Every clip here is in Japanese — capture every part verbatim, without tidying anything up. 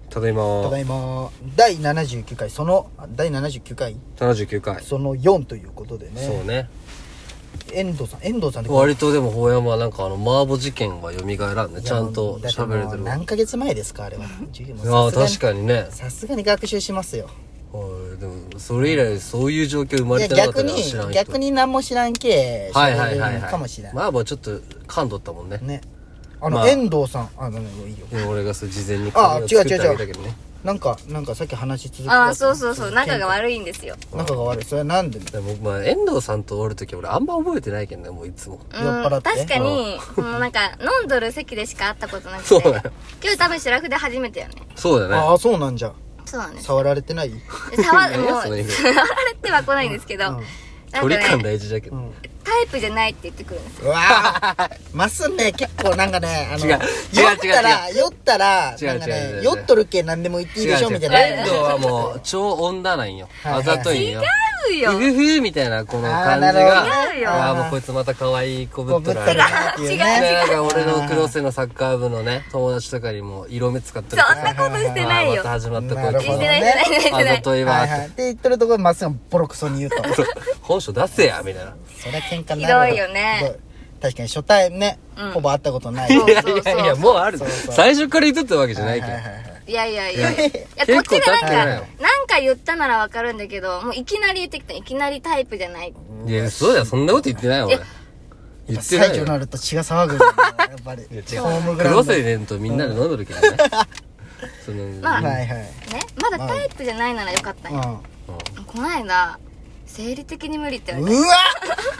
ただいまただいまだいななじゅうきゅうかい、そのだいななじゅうきゅうかいななじゅうきゅうかい、 そのよんということでね。 そうね。 遠藤さん遠藤さんって割とでも法山はなんかあの麻婆事件は蘇らんね。ちゃんと喋れてる。 何ヶ月前ですかあれは。 ああ確かにね。 さすがに学習しますよ。 でもそれ以来そういう状況生まれてなかったから知らん人。 逆に逆に何も知らんけはいはいはいはいかもしれない。 まあまあちょっと感動ったもんね。 ね。あの、 まあ、 遠藤さんあのいいよ。 でも俺がそう事前にあ違う違う違う。 ね、 なんかなんかさっき話し続けた。あそうそうそう仲が悪いんですよ。 仲が悪い。それはなんで？ でもまあ遠藤さんとおるとき俺あんま覚えてないけどね、もういつも。 酔っ払って。確かにそのなんか飲んどる席でしか会ったことなくて。そうだよ。今日多分シラフで初めてよね。 そうだね。 ああそうなんじゃ。 そうなんです。 触られてない？ 触るもう触られては来ないんですけど、 うん、距離感大事だけど、うん、 タイプじゃないって言ってくるんですよ。 うわーますね結構なんかねあの違う違う酔ったら酔ったら違うなんかね違う違う酔っとるけ何でも言っていいでしょみたいな。 遠藤はもう超女なんよ。あざといよ。 違うよ。 ふふふみたいなこの感じが。違うよ。ああもうこいつまた可愛い子ぶっとる。 違う違う。 なんか俺の黒瀬のサッカー部のね友達とかにも色目使ってる。 そんなことしてないよ。 また始まったこいつ。 してないしてない。 あざといわ。 って言ってるところまっすぐボロクソに言うと。 本性出せやみたいな。 そりゃ喧嘩になる。 ひどいよね。 確かに初対ね、うん、ほぼ会ったことない。 いやいやいやもうある。最初から言っとったわけじゃないけど。 いやいやいや。いやこっちがなんかなんか言ったならわかるんだけど、もういきなり言ってきた。いきなりタイプじゃない。 いやそうだよ、そんなこと言ってないよ俺。 言ってないよ。最初になると血が騒ぐんだよやっぱり。 黒瀬でんとみんなで飲んでるけどね。 そのまあねまだタイプじゃないならよかったんよ。この間生理的に無理って言われた。うわ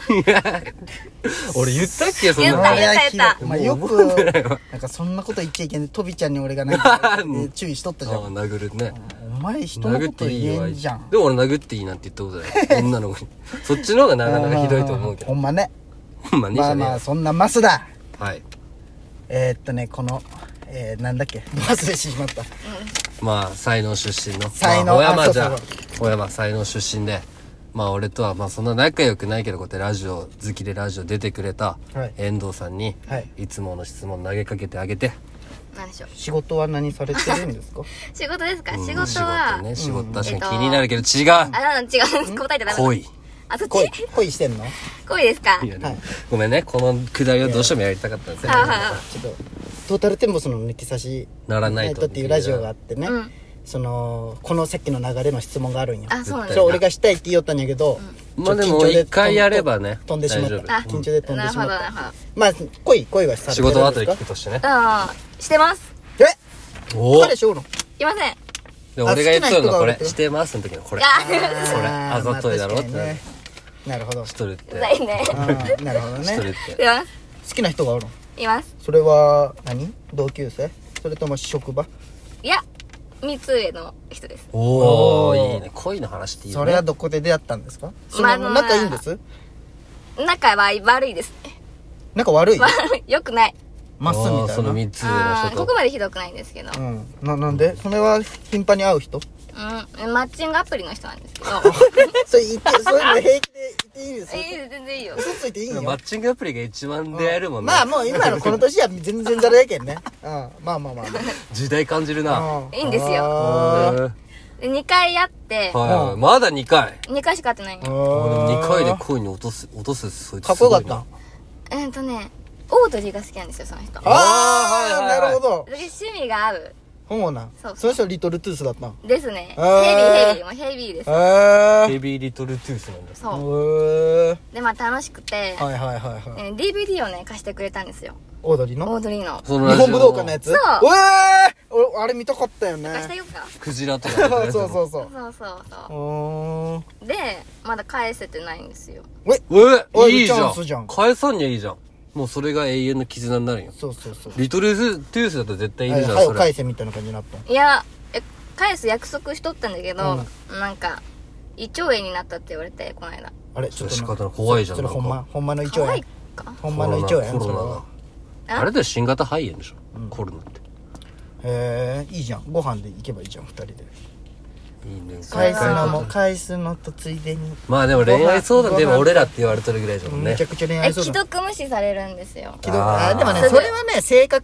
俺言ったっけそんな言った言った言った。 まあよくなんかそんなこと言っちゃいけない。とびちゃんに俺がなんか注意しとったじゃん。 殴るね。 お前人のこと言えんじゃん。 でも俺殴っていいなんて言ったことない。女の子に。そっちの方がなかなかひどいと思うけど。 ほんまね。 ほんまね。 まあまあそんなマスだ。 はい。 えっとねこのえなんだっけ忘れてしまった。 まあ才能出身の。 才能。 小山じゃ小山才能出身で。まあ俺とはまあそんな仲良くないけどこうやってラジオ好きでラジオ出てくれた遠藤さんにいつもの質問投げかけてあげて。 何でしょう。 仕事は何されてるんですか？ 仕事ですか？仕事はね仕事確かに気になるけど違う。 あ違う答えてダメ。 恋。 あそっち？ 恋してんの？ 恋ですか？ ごめんねこのくだりをどうしてもやりたかったんですよ。 ちょっとトータルテンボスの抜き差しならないとっていうラジオがあってね。そのこのさっきの流れの質問があるんよ。 あそうなんです。俺がしたいって言おったんやけど、 まあでも一回やればね飛んでしまった。緊張で飛んでしまった。 なるほどなるほど。 まあ恋恋はさ仕事は後で聞くとしてね。 ああしてます。 え？彼氏おるの？ いません。 で俺が言ったのこれしてますの時のこれ。これあざといだろって。 なるほど。 しとるって。 ないね。 なるほどね。 しとるって。 好きな人がおるの？ います。 それは何？同級生？それとも職場？ いや。三つ上の人です。 おおいいね。恋の話っていいね。 それはどこで出会ったんですか？その仲いいんです？ 仲は悪いですね。 仲悪い？ よくない。 まっすぐみたいな。 その三つ上の人と。 ここまでひどくないんですけど。 うん。ななんで？それは頻繁に会う人？ うん。マッチングアプリの人なんですけど。 それ言ってそういうの平気で言っていいですよ。 いい全然いいよ。 嘘ついていいよ。 マッチングアプリが一番出会えるもんね。 まあもう今のこの年は全然ざるやけんね。うん。まあまあまあ。 時代感じるな。 いいんですよ。でにかいやって。 はい。まだにかい。 にかいしか会ってないの。 にかいで恋に落とす落とすそいつ。 かっこよかった。 えっとね、オードリーが好きなんですよその人。 ああなるほど。 趣味が合う。 そうなん。その人リトルトゥースだったんですね。ヘビーヘビーもヘビーです。 ヘビーリトルトゥースなんだ。 そう。でまあ楽しくて。 はいはいはいはい。 ディーブイディー をね貸してくれたんですよ。 オードリーの？ オードリーの。 日本武道館のやつ？そう。ええ、俺あれ見たかったよね。 貸してよっか。 クジラとか。 そうそうそう。 そうそうそう。でまだ返せてないんですよ。 ええいいじゃん。返さんにはいいじゃん。もうそれが永遠の絆になるよ。 そうそうそう。 リトルトゥースだと絶対いるじゃん。 早く返せみたいな感じになった。 いや返す約束しとったんだけど、なんか胃腸炎になったって言われてこの間。 あれちょっと仕方ない怖いじゃん。 それほんまほんまの胃腸炎。ほんまの胃腸炎。 コロナだ。あれで新型肺炎でしょ。コロナって。 へえいいじゃん。ご飯で行けばいいじゃん二人で。 いいね。 返すのも返すのとついでに。 まあでも恋愛相談でも俺らって言われてるぐらいじゃんね。 めちゃくちゃ恋愛相談。 既読無視されるんですよ。 既読あでもねそれはね性格よ。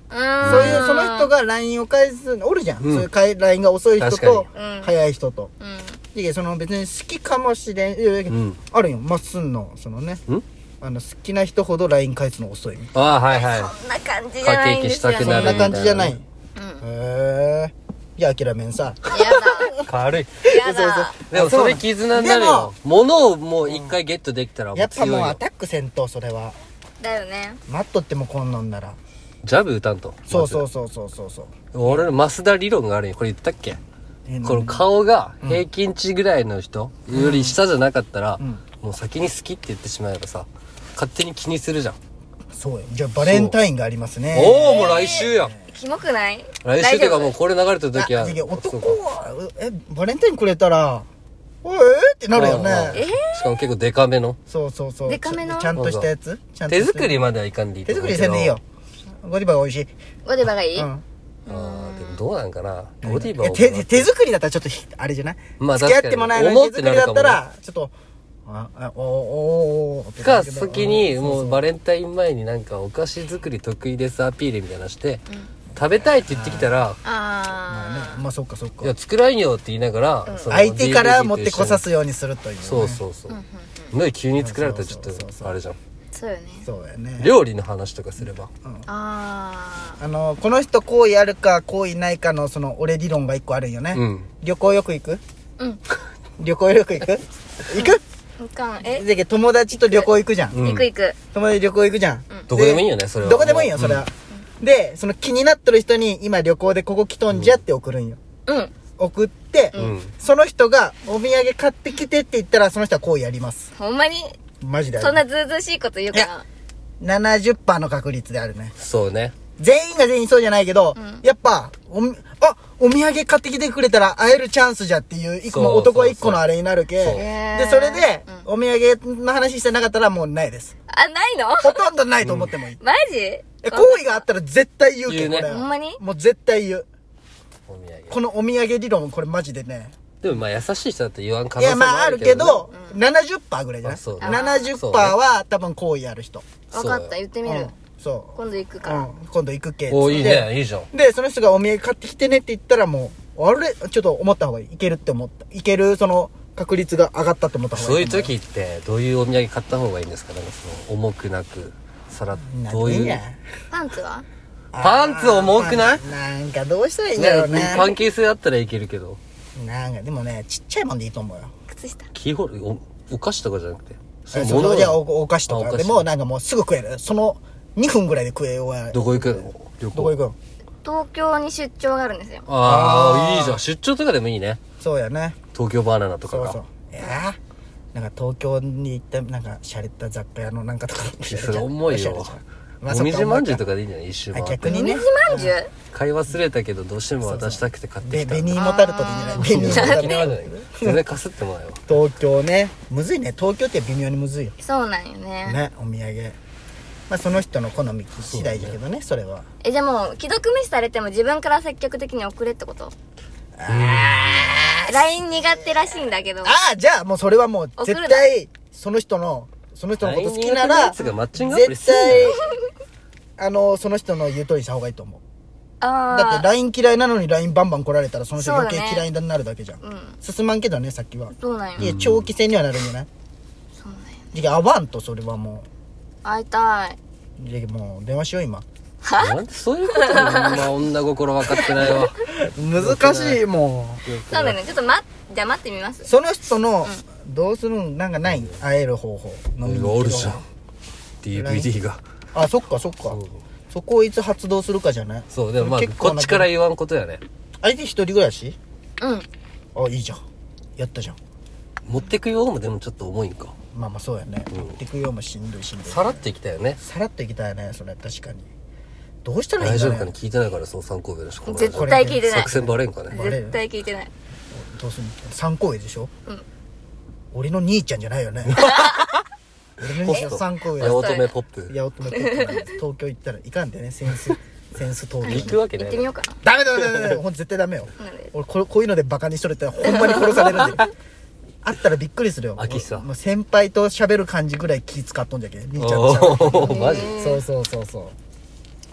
そういうその人が ライン を返すおるじゃん、うん、そういう ライン が遅い人と早い人と、うん、その別に好きかもしれん、うん、あるよまっすんのそのね、うん、あの好きな人ほど ライン 返すの遅い。 ああはいはい。 そんな感じじゃないんですよね。 駆け引きしたくなるみたいな。 そんな感じじゃない。うん、へえ。いや諦めんさ。 やだ。 軽い。 やだ。 でもそれ絆になるよ。物をもう一回ゲットできたらもう強いよ。 やっぱもうアタック戦闘それは。 だよね。 待っとってもこんなんなら。 ジャブ打たんと。 そうそうそうそうそうそう。 俺の増田理論があるよ。これ言ったっけ？この顔が平均値ぐらいの人より下じゃなかったら、うん、もう先に好きって言ってしまえばさ、勝手に気にするじゃん。 そうよ。じゃあバレンタインがありますね。 おおもう来週やん。 キモくない？ 来週とかもうこれ流れた時は男はえバレンタインくれたらえーってなるよね。 えー、 しかも結構デカめの。 そうそうそう。 デカめのちゃんとしたやつ。 手作りまではいかんでいい。 手作りせんでいいよ。ゴディバが美味しい。 ゴディバがいい。うん。 ああでもどうなんかな。ゴディバは手手作りだったらちょっとあれじゃない？まあ付き合ってもないのに手作りだったらちょっと。ああおおおか先にもうバレンタイン前になんかお菓子作り得意ですアピールみたいなして、うん、食べたいって言ってきたらああまあねまあそっかそっかいや作らんよって言いながら、 うん、相手から持ってこさすようにするという、ね、 そうそうそう、うんうんうん、急に作られたらちょっとあれじゃん。 そうよね。 そうやね。 料理の話とかすれば、 うん、ああのこの人好意あるか好意ないかのその俺理論が一個あるんよね、うん、旅行よく行く？うん旅行よく行く？行く？えで友達と旅行行くじゃん、 うん、行く行く友達旅行行くじゃん、 うん、どこでもいいよねそれは。 どこでもいいよそれは、うん、でその気になってる人に今旅行でここ来とんじゃって送るんよ、うん、送って、うん、その人がお土産買ってきてって言ったらその人は好意やります。 ほんまに？ マジでそんなずうずうしいこと言うかな。 ななじゅっパーセント の確率であるね。 そうね。 全員が全員そうじゃないけど、うん、やっぱおあお土産買ってきてくれたら会えるチャンスじゃっていう一個も男は一個のあれになるけでそれで、うん、お土産の話してなかったらもうないです。 あないの？ ほとんどないと思ってもいい、うん、 マジ？ え好意があったら絶対言うけど、ね、これほんまにもう絶対言う。お土産このお土産理論これマジでね。 でもまあ優しい人だって言わん可能性もあるけど、いやまああるけど、うん、ななじゅっパーセント ぐらいじゃない？ ななじゅっパーセント は多分好意ある人。 分かった言ってみる、うんそう今度行くから、うん、 今度行くけおいいねいいじゃん。 でその人がお土産買ってきてねって言ったらもうあれちょっと思った方がいい。いけるって思ったいけるその確率が上がったと思った方がいい。 そういう時ってどういうお土産買った方がいいんですか？なんかその重くなくさらどういうパンツはパンツ重くない？ なんかどうしたらいいんだろうね。 パンケースあったらいけるけどなんかでもねちっちゃいもんでいいと思うよ。 靴下キーホルおお菓子とかじゃなくてそうそうじゃあ お, お菓子とかでもなんかもうすぐ食えるそのにふんぐらいで食えようや。 どこ行くの？ どこ行くの？ 東京に出張があるんですよ。 ああいいじゃん出張とかでもいいね。 そうやね。 東京バナナとかがそうそういやなんか東京に行ったなんか洒落た雑貨屋のなんかとかそれ重いよ。まあ、もみじまんじゅうとかでいいんじゃない？一周回って逆にねもみじまんじゅう買い忘れたけどどうしても渡したくて買ってきた。 ベニーモタルトでいいんじゃない？ベニーモタルト全然かすってもらえよ。 東京ねむずいね。東京って微妙にむずいよ。 そうなんよねねお土産まあその人の好み次第だけど ね, ねそれは。 えじゃあもう既読無視されても自分から積極的に送れってこと？ああ ライン 苦手らしいんだけど。 ああじゃあもうそれはもう絶対その人のその人のこと好きなら絶対あのその人の言う通りした方がいいと思う。あだって ライン 嫌いなのに ライン バンバン来られたらその人余計嫌いになるだけじゃん、ねうん、進まんけどねさっきは。 そうなんよ。 いや長期戦にはなるんじゃない？そうなんよ。じゃあ会わんとそれはもう会いたい。 じゃあもう電話しよう今。 なんでそういうことまあ女心分かってないわ難しいもう。 そうだねちょっと待じゃあ待ってみます。 その人の、うん、どうするんなんかない、うん、会える方法飲みにあるじゃん ディーブイディー が。 あそっかそっかそこをいつ発動するかじゃない？ そうでもまあこっちから言わんことやね。 相手一人暮らし？ うんあいいじゃんやったじゃん。 持ってくようもでもちょっと重いんか。 まあまあそうやね、うん、持ってくようもしんどいしんどい。 さらっといきたいよね。 さらっといきたいよねそれ確かに。どうしたらいいんだね。 大丈夫かね聞いてないからその参考上だし。 絶対聞いてない。 作戦バレんかね。 絶対聞いてない。 どうするの参考上でしょ？うん俺の兄ちゃんじゃないよね俺の兄ちゃん参考上。 八乙女ポップ八乙女ポップ東京行ったらいかんでねセンスセンス東京行くわけない。 行ってみようかな。 ダメだダメだダメほんと絶対ダメよ俺これこういうのでバカにしとれたらほんまに殺されるんであったらびっくりするよ。 秋さもう先輩と喋る感じぐらい気使っとんじゃけ兄ちゃんと喋る。 マジ？ そうそうそうそう、うん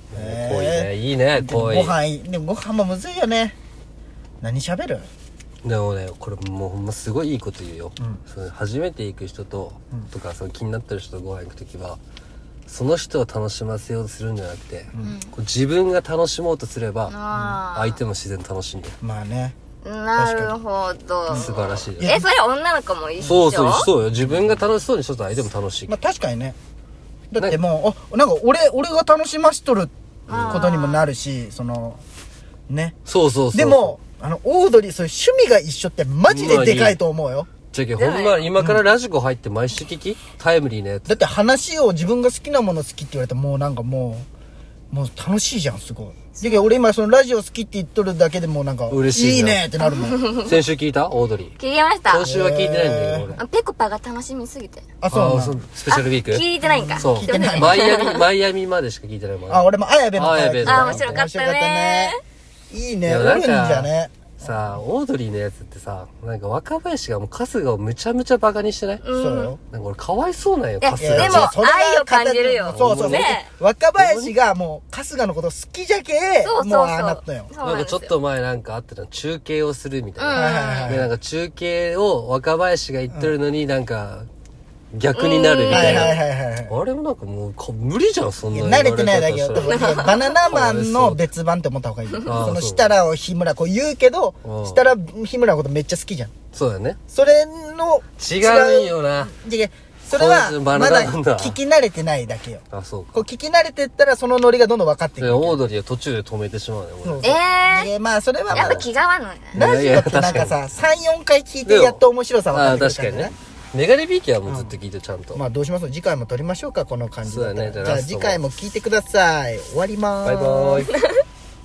えー、濃いね。いいね、濃い。 ご飯いい。でもご飯もむずいよね。何喋る？ でもね、これもうほんますごいいいこと言うよ。うん、その初めて行く人と、うん、とかその気になってる人とご飯行くときは、その人を楽しませようとするんじゃなくて、うん、こう自分が楽しもうとすれば、うん、相手も自然楽しんでる。 まあね。 なるほど。 素晴らしいよ。 え、それ女の子も一緒？ そうそうそうよ。自分が楽しそうにしとったら相手も楽しい。 まあ確かにね。だってもう、なんか俺、俺が楽しましとることにもなるし、その、ね。 そうそうそう。 でも、あの、オードリー、そういう趣味が一緒ってマジででかいと思うよ。 じゃけほんま、今からラジコ入って毎週聞き、うん、タイムリーなやつ。 だって話を自分が好きなもの好きって言われたらもうなんかもう、もう楽しいじゃん、すごい。じゃけ俺今そのラジオ好きって言っとるだけでもうなんか、嬉しい。いいねってなるもん。 先週聞いたオードリー。 聞きました。 今週は聞いてないんだけど、 俺。ペコパが楽しみすぎて。 あ、そうなの？スペシャルウィーク？ 聞いてないんか。 そう。聞いてない。マイアミ、マイアミまでしか聞いてないもん。 あ、俺も綾部の綾部。 あ、面白かったね。 いいね、おるんじゃね。 さあ、オードリーのやつってさ、なんか若林がもう春日をむちゃむちゃバカにしてない？ そうよ。 なんか俺かわいそうなんよ、春日。 でも愛を感じるよ。 そうそうね。若林がもう春日のこと好きじゃけ、もうああなったよ。 なんかちょっと前なんかあったの、中継をするみたいな。で、なんか中継を若林が言ってるのになんか、逆になるみたいな。あれもなんかもう無理じゃん、そんな慣れてないだけよ。バナナマンの別版って思った方がいいよ。その設楽を日村こう言うけど、設楽日村のことめっちゃ好きじゃん。 そうだよね。 それの違うよな。 それはまだ聞き慣れてないだけよ。 あ、そうか。 こう聞き慣れてったらそのノリがどんどん分かってくる。 オードリーは途中で止めてしまうね。 ええ。まあそれはやっぱ気が合わない。 ラジオってなんかさ、さん、よんかい聞いてやっと面白さ分かってくるからね。 確かにね。メガネビーキはもうずっと聞いてちゃんと、 うん、まあどうします？次回も撮りましょうか、この感じで。 そうだね。 じゃあ次回も聞いてください。終わりまーす。 バイバーイ。